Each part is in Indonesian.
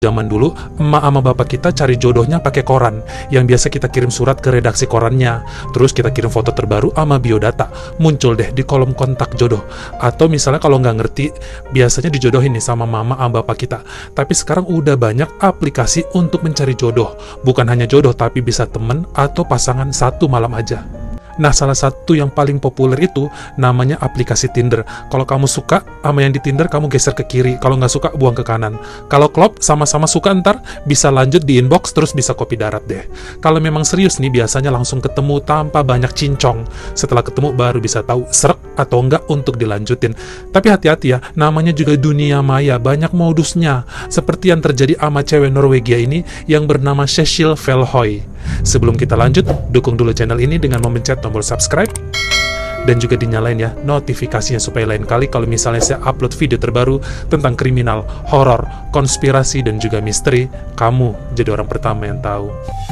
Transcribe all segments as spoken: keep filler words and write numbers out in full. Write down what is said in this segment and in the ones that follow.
Zaman dulu, emak sama bapak kita cari jodohnya pakai koran, yang biasa kita kirim surat ke redaksi korannya, terus kita kirim foto terbaru sama biodata, muncul deh di kolom kontak jodoh. Atau misalnya kalau nggak ngerti, biasanya dijodohin nih sama mama sama bapak kita. Tapi sekarang udah banyak aplikasi untuk mencari jodoh. Bukan hanya jodoh, tapi bisa temen atau pasangan satu malam aja. Nah, salah satu yang paling populer itu namanya aplikasi Tinder. Kalau kamu suka sama yang di Tinder, kamu geser ke kiri. Kalau nggak suka, buang ke kanan. Kalau klop, sama-sama suka ntar, bisa lanjut di inbox, terus bisa kopi darat deh. Kalau memang serius nih, biasanya langsung ketemu tanpa banyak cincong. Setelah ketemu, baru bisa tahu serak atau enggak untuk dilanjutin. Tapi hati-hati ya, namanya juga dunia maya, banyak modusnya. Seperti yang terjadi sama cewek Norwegia ini, yang bernama Cecil Velhoy. Sebelum kita lanjut, dukung dulu channel ini dengan memencet tombol subscribe dan juga dinyalain ya notifikasinya supaya lain kali kalau misalnya saya upload video terbaru tentang kriminal, horor, konspirasi, dan juga misteri, kamu jadi orang pertama yang tahu.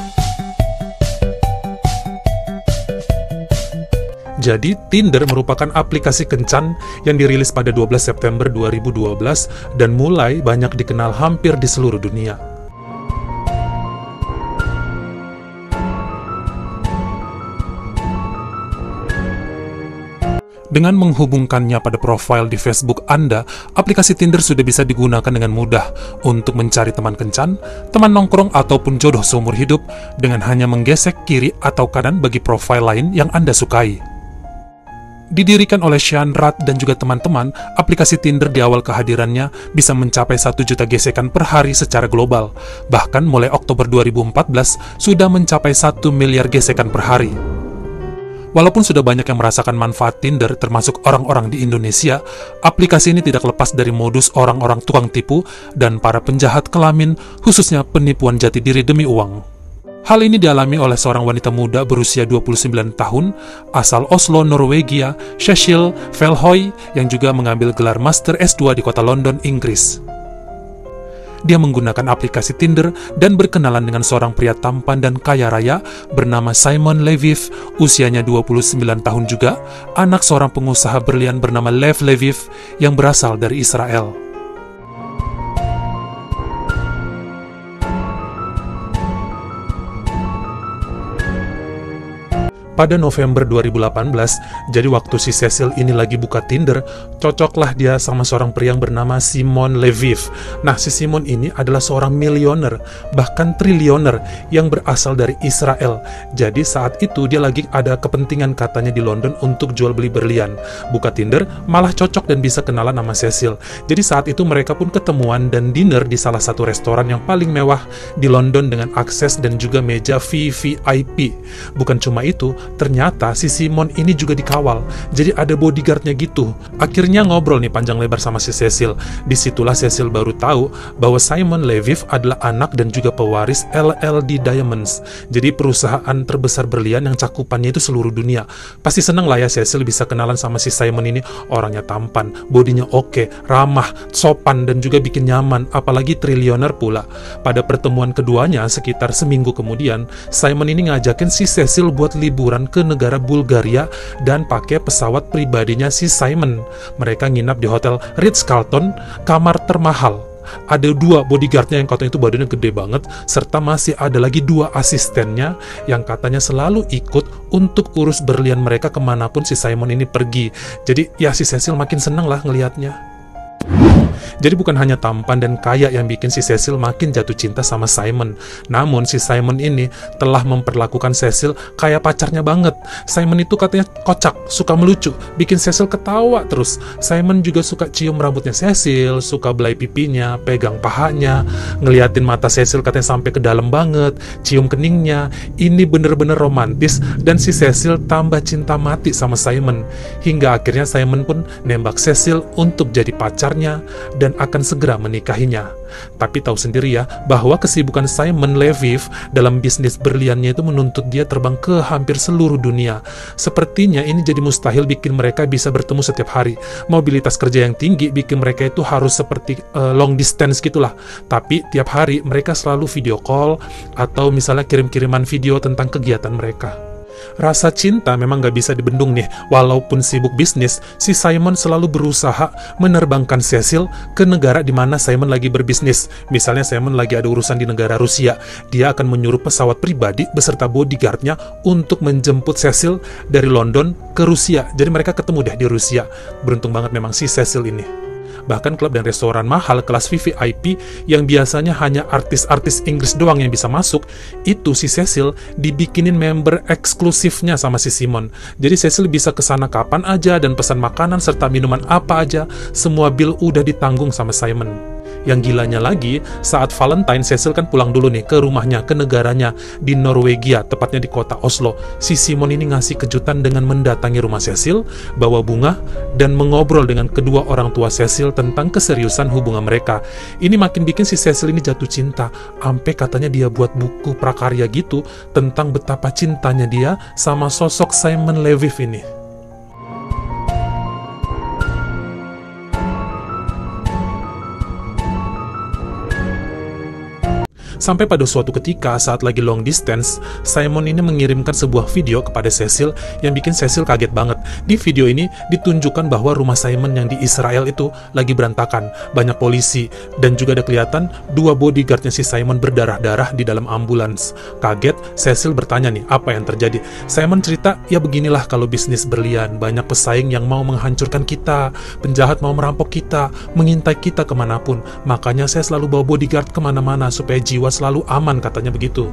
Jadi, Tinder merupakan aplikasi kencan yang dirilis pada dua belas September dua ribu dua belas dan mulai banyak dikenal hampir di seluruh dunia. Dengan menghubungkannya pada profil di Facebook Anda, aplikasi Tinder sudah bisa digunakan dengan mudah untuk mencari teman kencan, teman nongkrong, ataupun jodoh seumur hidup dengan hanya menggesek kiri atau kanan bagi profil lain yang Anda sukai. Didirikan oleh Sean Rad dan juga teman-teman, aplikasi Tinder di awal kehadirannya bisa mencapai satu juta gesekan per hari secara global. Bahkan mulai Oktober dua ribu empat belas sudah mencapai satu miliar gesekan per hari. Walaupun sudah banyak yang merasakan manfaat Tinder, termasuk orang-orang di Indonesia, aplikasi ini tidak lepas dari modus orang-orang tukang tipu dan para penjahat kelamin, khususnya penipuan jati diri demi uang. Hal ini dialami oleh seorang wanita muda berusia dua puluh sembilan tahun, asal Oslo, Norwegia, Cecil Velhoy, yang juga mengambil gelar Master S dua di kota London, Inggris. Dia menggunakan aplikasi Tinder dan berkenalan dengan seorang pria tampan dan kaya raya bernama Simon Leviev, usianya dua puluh sembilan tahun juga, anak seorang pengusaha berlian bernama Lev Leviev yang berasal dari Israel. Pada November dua ribu delapan belas, jadi waktu si Cecil ini lagi buka Tinder, cocoklah dia sama seorang pria yang bernama Simon Leviev. Nah, si Simon ini adalah seorang milioner, bahkan triliuner, yang berasal dari Israel. Jadi saat itu dia lagi ada kepentingan katanya di London untuk jual beli berlian. Buka Tinder, malah cocok dan bisa kenalan sama Cecil. Jadi saat itu mereka pun ketemuan dan dinner di salah satu restoran yang paling mewah di London dengan akses dan juga meja V V I P. Bukan cuma itu, ternyata si Simon ini juga dikawal, jadi ada bodyguardnya gitu. Akhirnya ngobrol nih panjang lebar sama si Cecil. Disitulah Cecil baru tahu bahwa Simon Leviev adalah anak dan juga pewaris L L D Diamonds, jadi perusahaan terbesar berlian yang cakupannya itu seluruh dunia. Pasti seneng lah ya Cecil bisa kenalan sama si Simon ini. Orangnya tampan, bodinya oke, ramah, sopan, dan juga bikin nyaman, apalagi triliuner pula. Pada pertemuan keduanya sekitar seminggu kemudian, Simon ini ngajakin si Cecil buat liburan ke negara Bulgaria dan pakai pesawat pribadinya si Simon. Mereka nginap di hotel Ritz-Carlton, kamar termahal. Ada dua bodyguardnya yang katanya itu badannya gede banget, serta masih ada lagi dua asistennya yang katanya selalu ikut untuk urus berlian mereka kemanapun si Simon ini pergi. Jadi ya si Cecil makin seneng lah ngelihatnya. Jadi bukan hanya tampan dan kaya yang bikin si Cecil makin jatuh cinta sama Simon. Namun si Simon ini telah memperlakukan Cecil kayak pacarnya banget. Simon itu katanya kocak, suka melucu, bikin Cecil ketawa terus. Simon juga suka cium rambutnya Cecil, suka belai pipinya, pegang pahanya, ngeliatin mata Cecil katanya sampai ke dalam banget, cium keningnya. Ini bener-bener romantis dan si Cecil tambah cinta mati sama Simon. Hingga akhirnya Simon pun nembak Cecil untuk jadi pacarnya dan akan segera menikahinya. Tapi tahu sendiri ya, bahwa kesibukan Simon Leviev dalam bisnis berliannya itu menuntut dia terbang ke hampir seluruh dunia. Sepertinya ini jadi mustahil bikin mereka bisa bertemu setiap hari. Mobilitas kerja yang tinggi bikin mereka itu harus seperti uh, long distance gitulah. Tapi tiap hari mereka selalu video call atau misalnya kirim-kiriman video tentang kegiatan mereka. Rasa cinta memang gak bisa dibendung nih. Walaupun sibuk bisnis, si Simon selalu berusaha menerbangkan Cecil ke negara di mana Simon lagi berbisnis. Misalnya Simon lagi ada urusan di negara Rusia, dia akan menyuruh pesawat pribadi beserta bodyguardnya untuk menjemput Cecil dari London ke Rusia. Jadi mereka ketemu deh di Rusia. Beruntung banget memang si Cecil ini. Bahkan klub dan restoran mahal kelas V V I P yang biasanya hanya artis-artis Inggris doang yang bisa masuk, itu si Cecil dibikinin member eksklusifnya sama si Simon. Jadi Cecil bisa kesana kapan aja dan pesan makanan serta minuman apa aja, semua bill udah ditanggung sama Simon. Yang gilanya lagi, saat Valentine, Cecil kan pulang dulu nih ke rumahnya, ke negaranya, di Norwegia, tepatnya di kota Oslo. Si Simon ini ngasih kejutan dengan mendatangi rumah Cecil, bawa bunga, dan mengobrol dengan kedua orang tua Cecil tentang keseriusan hubungan mereka. Ini makin bikin si Cecil ini jatuh cinta, sampai katanya dia buat buku prakarya gitu, tentang betapa cintanya dia sama sosok Simon Leviev ini. Sampai pada suatu ketika saat lagi long distance, Simon ini mengirimkan sebuah video kepada Cecil yang bikin Cecil kaget banget. Di video ini ditunjukkan bahwa rumah Simon yang di Israel itu lagi berantakan, banyak polisi, dan juga ada kelihatan dua bodyguardnya si Simon berdarah-darah di dalam ambulans. Kaget, Cecil bertanya nih, apa yang terjadi? Simon cerita, ya beginilah kalau bisnis berlian, banyak pesaing yang mau menghancurkan kita, penjahat mau merampok kita, mengintai kita kemanapun, makanya saya selalu bawa bodyguard kemana-mana supaya jiwa selalu aman, katanya begitu.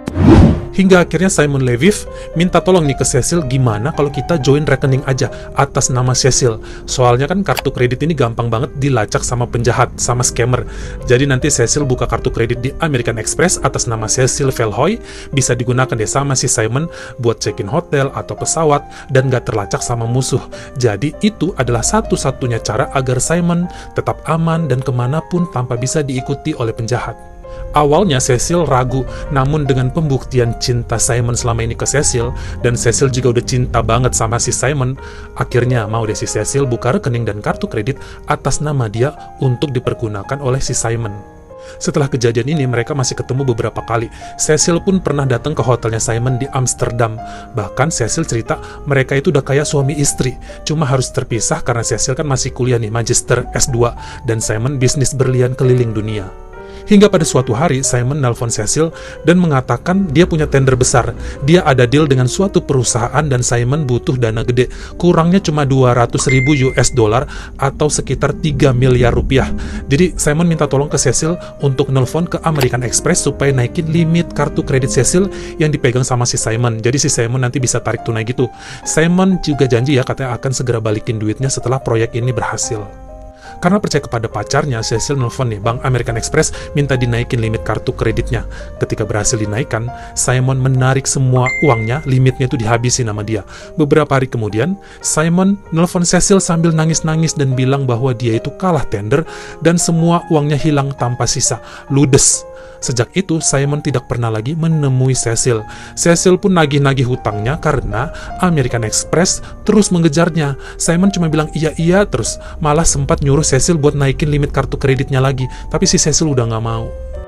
Hingga akhirnya Simon Leviev minta tolong nih ke Cecil, gimana kalau kita join rekening aja atas nama Cecil. Soalnya kan kartu kredit ini gampang banget dilacak sama penjahat, sama scammer. Jadi nanti Cecil buka kartu kredit di American Express atas nama Cecil Velhoy, bisa digunakan deh sama si Simon buat check-in hotel atau pesawat dan gak terlacak sama musuh. Jadi itu adalah satu-satunya cara agar Simon tetap aman dan kemanapun tanpa bisa diikuti oleh penjahat. Awalnya Cecil ragu, namun dengan pembuktian cinta Simon selama ini ke Cecil, dan Cecil juga udah cinta banget sama si Simon, akhirnya mau deh si Cecil buka rekening dan kartu kredit atas nama dia untuk dipergunakan oleh si Simon. Setelah kejadian ini, mereka masih ketemu beberapa kali. Cecil pun pernah datang ke hotelnya Simon di Amsterdam. Bahkan Cecil cerita mereka itu udah kayak suami istri, cuma harus terpisah karena Cecil kan masih kuliah nih, magister S dua, dan Simon bisnis berlian keliling dunia. Hingga pada suatu hari, Simon nelpon Cecil dan mengatakan dia punya tender besar. Dia ada deal dengan suatu perusahaan dan Simon butuh dana gede. Kurangnya cuma dua ratus ribu U S dollar atau sekitar tiga miliar rupiah. Jadi Simon minta tolong ke Cecil untuk nelpon ke American Express supaya naikin limit kartu kredit Cecil yang dipegang sama si Simon. Jadi si Simon nanti bisa tarik tunai gitu. Simon juga janji ya, katanya akan segera balikin duitnya setelah proyek ini berhasil. Karena percaya kepada pacarnya, Cecil nelfon nih Bank American Express minta dinaikin limit kartu kreditnya. Ketika berhasil dinaikkan, Simon menarik semua uangnya, limitnya itu dihabisi nama dia. Beberapa hari kemudian, Simon nelfon Cecil sambil nangis-nangis dan bilang bahwa dia itu kalah tender dan semua uangnya hilang tanpa sisa, ludes. Sejak itu, Simon tidak pernah lagi menemui Cecil. Cecil pun nagih-nagih hutangnya karena American Express terus mengejarnya. Simon cuma bilang iya-iya terus, malah sempat nyuruh Cecil buat naikin limit kartu kreditnya lagi, tapi si Cecil udah nggak mau.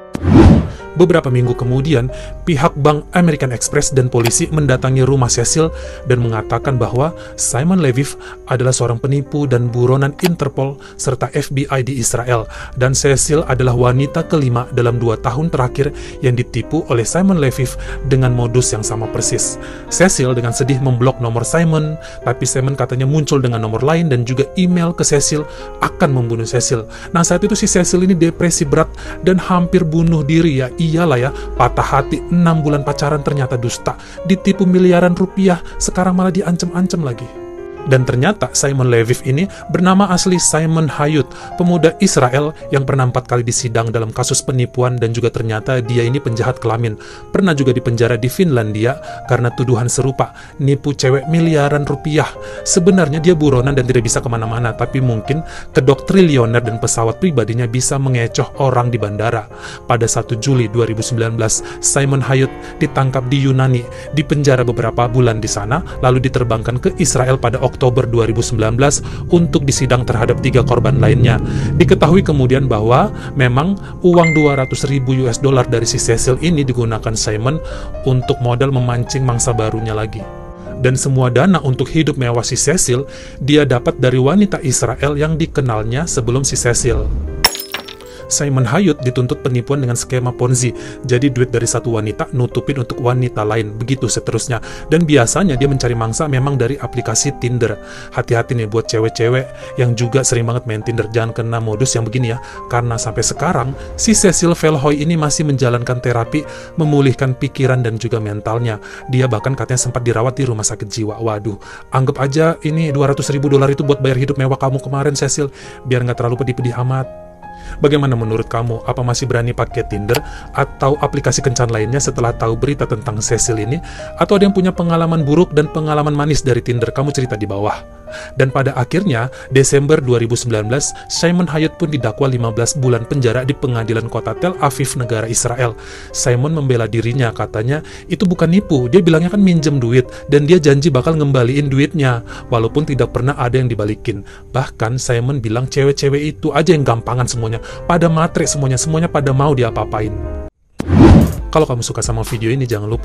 Beberapa minggu kemudian, pihak Bank American Express dan polisi mendatangi rumah Cecil dan mengatakan bahwa Simon Leviev adalah seorang penipu dan buronan Interpol serta F B I di Israel, dan Cecil adalah wanita kelima dalam dua tahun terakhir yang ditipu oleh Simon Leviev dengan modus yang sama persis. Cecil dengan sedih memblok nomor Simon, tapi Simon katanya muncul dengan nomor lain dan juga email ke Cecil akan membunuh Cecil. Nah, saat itu si Cecil ini depresi berat dan hampir bunuh diri ya. Iyalah ya, patah hati, enam bulan pacaran ternyata dusta, ditipu miliaran rupiah, sekarang malah diancam-ancam lagi. Dan ternyata Simon Leviev ini bernama asli Simon Hayut, pemuda Israel yang pernah empat kali disidang dalam kasus penipuan dan juga ternyata dia ini penjahat kelamin. Pernah juga dipenjara di Finlandia karena tuduhan serupa, nipu cewek miliaran rupiah. Sebenarnya dia buronan dan tidak bisa kemana-mana, tapi mungkin kedok triliuner dan pesawat pribadinya bisa mengecoh orang di bandara. Pada satu Juli dua ribu sembilan belas, Simon Hayut ditangkap di Yunani, dipenjara beberapa bulan di sana, lalu diterbangkan ke Israel pada Oktober Oktober dua ribu sembilan belas untuk disidang terhadap tiga korban lainnya. Diketahui kemudian bahwa memang uang dua ratus ribu U S dollar dari si Cecil ini digunakan Simon untuk modal memancing mangsa barunya lagi. Dan semua dana untuk hidup mewah si Cecil dia dapat dari wanita Israel yang dikenalnya sebelum si Cecil. Simon Hayut dituntut penipuan dengan skema Ponzi, jadi duit dari satu wanita nutupin untuk wanita lain, begitu seterusnya. Dan biasanya dia mencari mangsa memang dari aplikasi Tinder. Hati-hati nih buat cewek-cewek yang juga sering banget main Tinder, jangan kena modus yang begini ya, karena sampai sekarang si Cecil Velhoy ini masih menjalankan terapi memulihkan pikiran dan juga mentalnya. Dia bahkan katanya sempat dirawat di rumah sakit jiwa. Waduh, anggap aja ini dua ratus ribu dolar itu buat bayar hidup mewah kamu kemarin, Cecil, biar nggak terlalu pedih-pedih amat. Bagaimana menurut kamu? Apa masih berani pakai Tinder atau aplikasi kencan lainnya setelah tahu berita tentang Cecil ini? Atau ada yang punya pengalaman buruk dan pengalaman manis dari Tinder? Kamu cerita di bawah. Dan pada akhirnya, Desember dua ribu sembilan belas, Simon Hayut pun didakwa lima belas bulan penjara di pengadilan kota Tel Aviv, negara Israel. Simon membela dirinya, katanya itu bukan nipu, dia bilangnya kan minjem duit, dan dia janji bakal ngembaliin duitnya, walaupun tidak pernah ada yang dibalikin. Bahkan Simon bilang cewek-cewek itu aja yang gampangan semuanya, pada matre semuanya, semuanya pada mau diapa-apain. Kalau kamu suka sama video ini, jangan lupa